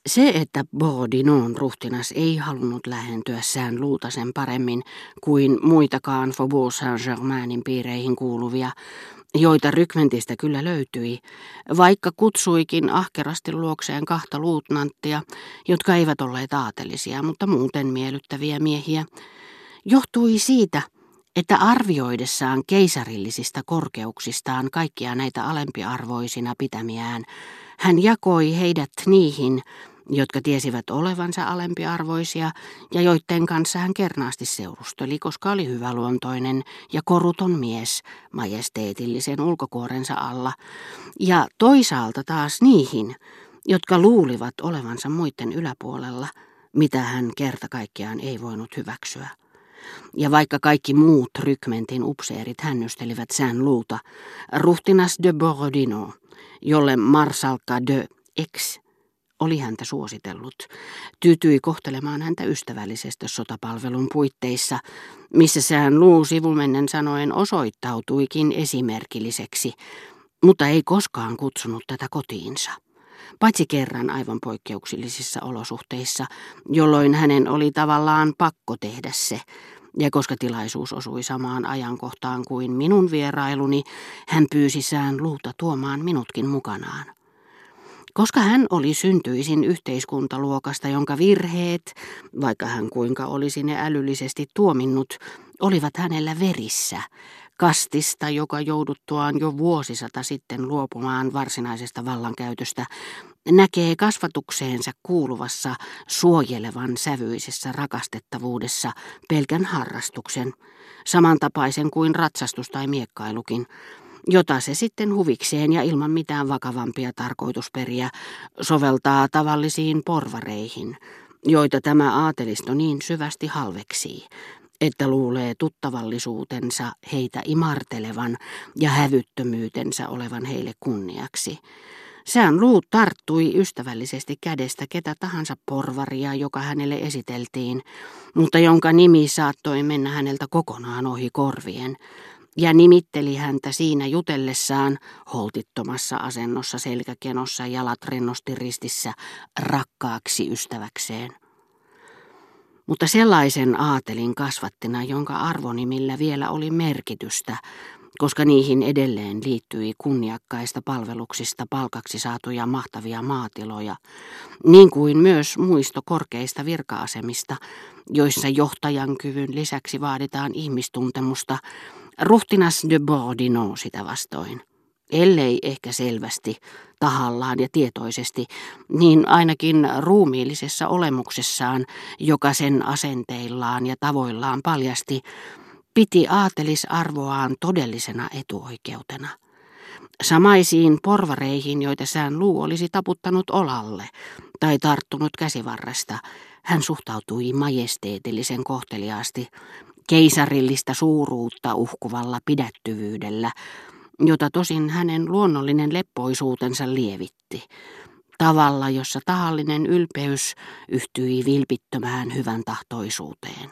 Se, että Bourdinon ruhtinas ei halunnut lähentyä Sään luuta sen paremmin kuin muitakaan Faubourg Saint-Germainin piireihin kuuluvia, joita rykmentistä kyllä löytyi, vaikka kutsuikin ahkerasti luokseen kahta luutnanttia, jotka eivät olleet aatelisia, mutta muuten miellyttäviä miehiä, johtui siitä, että arvioidessaan keisarillisista korkeuksistaan kaikkia näitä alempiarvoisina pitämiään, hän jakoi heidät niihin, jotka tiesivät olevansa alempiarvoisia ja joiden kanssa hän kernaasti seurusteli, koska oli hyväluontoinen ja koruton mies majesteetillisen ulkokuorensa alla, ja toisaalta taas niihin, jotka luulivat olevansa muiden yläpuolella, mitä hän kerta kaikkiaan ei voinut hyväksyä. Ja vaikka kaikki muut rykmentin upseerit hännystelivät Sään luuta, ruhtinas de Bourdinon, jolle marsalkka de X oli häntä suositellut, tyytyi kohtelemaan häntä ystävällisesti sotapalvelun puitteissa, missä Sään luu sivumennen sanoen osoittautuikin esimerkilliseksi, mutta ei koskaan kutsunut tätä kotiinsa. Paitsi kerran aivan poikkeuksellisissa olosuhteissa, jolloin hänen oli tavallaan pakko tehdä se, ja koska tilaisuus osui samaan ajankohtaan kuin minun vierailuni, hän pyysi Sään luuta tuomaan minutkin mukanaan. Koska hän oli syntyisin yhteiskuntaluokasta, jonka virheet, vaikka hän kuinka olisi ne älyllisesti tuominnut, olivat hänellä verissä, kastista, joka jouduttuaan jo vuosisata sitten luopumaan varsinaisesta vallankäytöstä, näkee kasvatukseensa kuuluvassa suojelevan sävyisessä rakastettavuudessa pelkän harrastuksen, samantapaisen kuin ratsastus tai miekkailukin, jota se sitten huvikseen ja ilman mitään vakavampia tarkoitusperiä soveltaa tavallisiin porvareihin, joita tämä aatelisto niin syvästi halveksii, että luulee tuttavallisuutensa heitä imartelevan ja hävyttömyytensä olevan heille kunniaksi. Sään luu tarttui ystävällisesti kädestä ketä tahansa porvaria, joka hänelle esiteltiin, mutta jonka nimi saattoi mennä häneltä kokonaan ohi korvien, ja nimitteli häntä siinä jutellessaan holtittomassa asennossa selkäkenossa jalat rennosti ristissä rakkaaksi ystäväkseen. Mutta sellaisen aatelin kasvattina, jonka arvonimillä vielä oli merkitystä, koska niihin edelleen liittyi kunniakkaista palveluksista palkaksi saatuja mahtavia maatiloja, niin kuin myös muisto korkeista virka-asemista, joissa johtajan kyvyn lisäksi vaaditaan ihmistuntemusta, ruhtinas de Bourdinon sitä vastoin. Ellei ehkä selvästi, tahallaan ja tietoisesti, niin ainakin ruumiillisessa olemuksessaan, joka sen asenteillaan ja tavoillaan paljasti, piti aatelisarvoaan todellisena etuoikeutena. Samaisiin porvareihin, joita Sään luu olisi taputtanut olalle tai tarttunut käsivarresta, hän suhtautui majesteetillisen kohteliaasti, keisarillista suuruutta uhkuvalla pidättyvyydellä, jota tosin hänen luonnollinen leppoisuutensa lievitti, tavalla, jossa tahallinen ylpeys yhtyi vilpittömään hyvän tahtoisuuteen.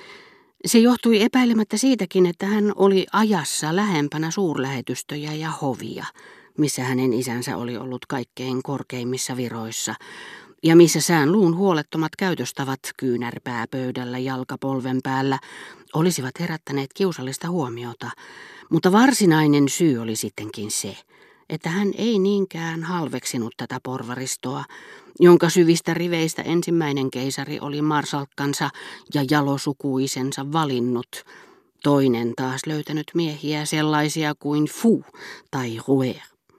Se johtui epäilemättä siitäkin, että hän oli ajassa lähempänä suurlähetystöjä ja hovia, missä hänen isänsä oli ollut kaikkein korkeimmissa viroissa, ja missä Sään luun huolettomat käytöstavat kyynärpää pöydällä jalkapolven päällä olisivat herättäneet kiusallista huomiota, mutta varsinainen syy oli sittenkin se, että hän ei niinkään halveksinut tätä porvaristoa, jonka syvistä riveistä ensimmäinen keisari oli marsalkkansa ja jalosukuisensa valinnut, toinen taas löytänyt miehiä sellaisia kuin Fou tai Rouer.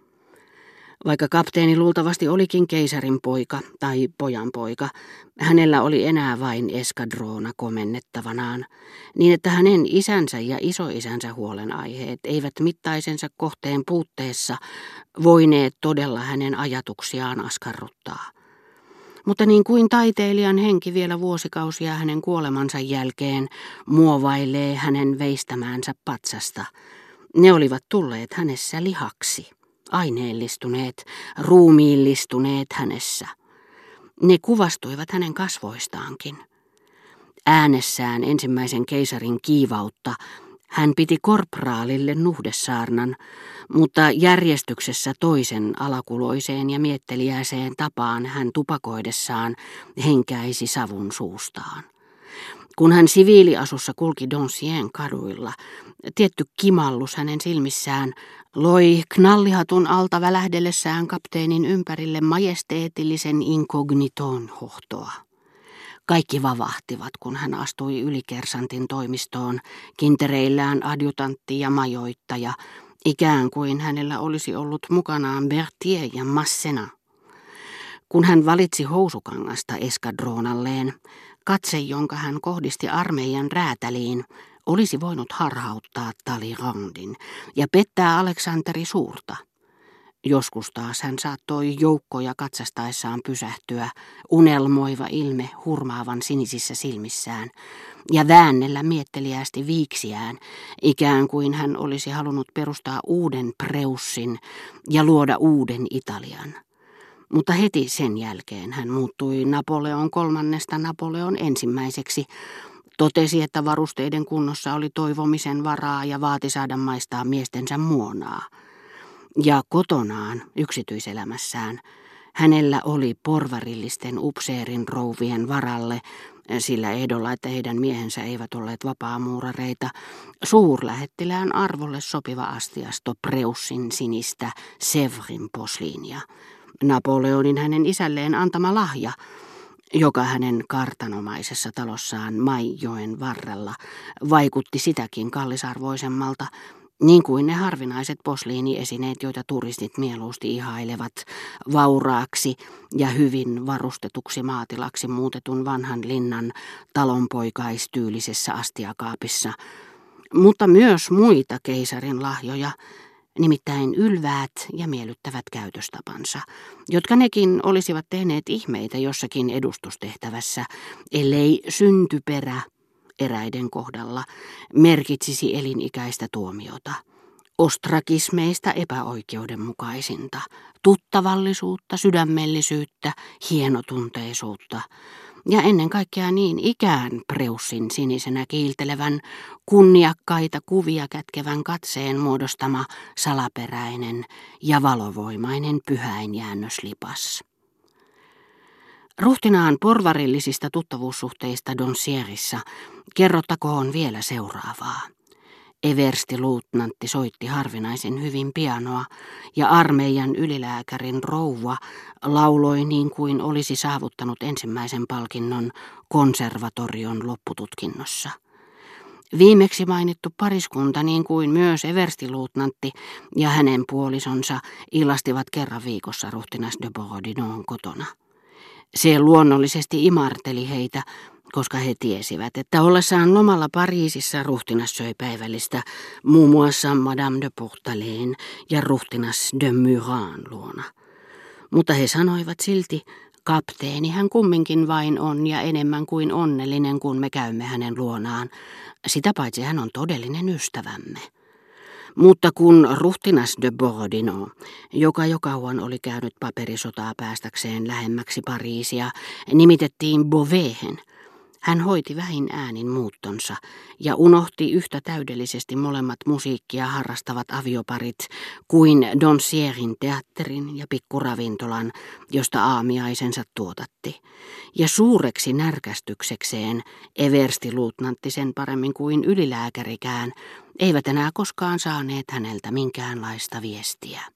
Vaikka kapteeni luultavasti olikin keisarin poika tai pojanpoika, hänellä oli enää vain eskadroona komennettavanaan, niin että hänen isänsä ja isoisänsä huolenaiheet eivät mittaisensa kohteen puutteessa voineet todella hänen ajatuksiaan askarruttaa. Mutta niin kuin taiteilijan henki vielä vuosikausia hänen kuolemansa jälkeen muovailee hänen veistämäänsä patsasta, ne olivat tulleet hänessä lihaksi. Aineellistuneet, ruumiillistuneet hänessä. Ne kuvastuivat hänen kasvoistaankin. Äänessään ensimmäisen keisarin kiivautta Hän piti korpraalille nuhdesaarnan, mutta järjestyksessä toisen alakuloiseen ja mietteliäiseen tapaan hän tupakoidessaan henkäisi savun suustaan. Kun hän siviiliasussa kulki Doncien kaduilla, tietty kimallus hänen silmissään loi knallihatun alta välähdellessään kapteenin ympärille majesteetillisen inkogniton hohtoa. Kaikki vavahtivat, kun hän astui ylikersantin toimistoon, kintereillään adjutantti ja majoittaja, ikään kuin hänellä olisi ollut mukanaan Berthier ja Massena. Kun hän valitsi housukangasta eskadroonalleen, katse, jonka hän kohdisti armeijan räätäliin, olisi voinut harhauttaa Talleyrandin ja pettää Aleksanteri Suurta. Joskus taas hän saattoi joukkoja katsastaessaan pysähtyä, unelmoiva ilme hurmaavan sinisissä silmissään, ja väännellä mietteliäästi viiksiään, ikään kuin hän olisi halunnut perustaa uuden Preussin ja luoda uuden Italian. Mutta heti sen jälkeen hän muuttui Napoleon III Napoleon I, totesi, että varusteiden kunnossa oli toivomisen varaa ja vaati saada maistaa miestensä muonaa. Ja kotonaan, yksityiselämässään, hänellä oli porvarillisten upseerin rouvien varalle, sillä ehdolla, että heidän miehensä eivät olleet vapaamuurareita, suurlähettilään arvolle sopiva astiasto Preussin sinistä Sèvresin posliinia, Napoleonin hänen isälleen antama lahja, joka hänen kartanomaisessa talossaan Maijoen varrella vaikutti sitäkin kallisarvoisemmalta, niin kuin ne harvinaiset posliiniesineet, joita turistit mieluusti ihailevat, vauraaksi ja hyvin varustetuksi maatilaksi muutetun vanhan linnan talonpoikaistyylisessä astiakaapissa, mutta myös muita keisarin lahjoja, nimittäin ylväät ja miellyttävät käytöstapansa, jotka nekin olisivat tehneet ihmeitä jossakin edustustehtävässä, ellei syntyperä eräiden kohdalla merkitsisi elinikäistä tuomiota, ostrakismeista epäoikeudenmukaisinta, tuttavallisuutta, sydämellisyyttä, hienotunteisuutta ja ennen kaikkea niin ikään Preussin sinisenä kiiltelevän, kunniakkaita kuvia kätkevän katseen muodostama salaperäinen ja valovoimainen pyhäinjäännöslipas. Ruhtinaan porvarillisista tuttavuussuhteista Doncierissa kerrottakoon vielä seuraavaa. Everstiluutnantti soitti harvinaisen hyvin pianoa ja armeijan ylilääkärin rouva lauloi niin kuin olisi saavuttanut ensimmäisen palkinnon konservatorion loppututkinnossa. Viimeksi mainittu pariskunta, niin kuin myös everstiluutnantti ja hänen puolisonsa, illastivat kerran viikossa ruhtinas de Borodinon kotona. Se luonnollisesti imarteli heitä, koska he tiesivät, että ollessaan lomalla Pariisissa ruhtinas söi päivällistä muun muassa Madame de Portaleen ja ruhtinas de Muran luona. Mutta he sanoivat silti, kapteeni hän kumminkin vain on ja enemmän kuin onnellinen, kun me käymme hänen luonaan. Sitä paitsi hän on todellinen ystävämme. Mutta kun ruhtinas de Borodino, joka jo kauan oli käynyt paperisotaa päästäkseen lähemmäksi Pariisia, nimitettiin Beauvaihen, hän hoiti vähin äänin muuttonsa ja unohti yhtä täydellisesti molemmat musiikkia harrastavat avioparit kuin Doncierin teatterin ja pikkuravintolan, josta aamiaisensa tuotatti. Ja suureksi närkästyksekseen everstiluutnantti sen paremmin kuin ylilääkärikään eivät enää koskaan saaneet häneltä minkäänlaista viestiä.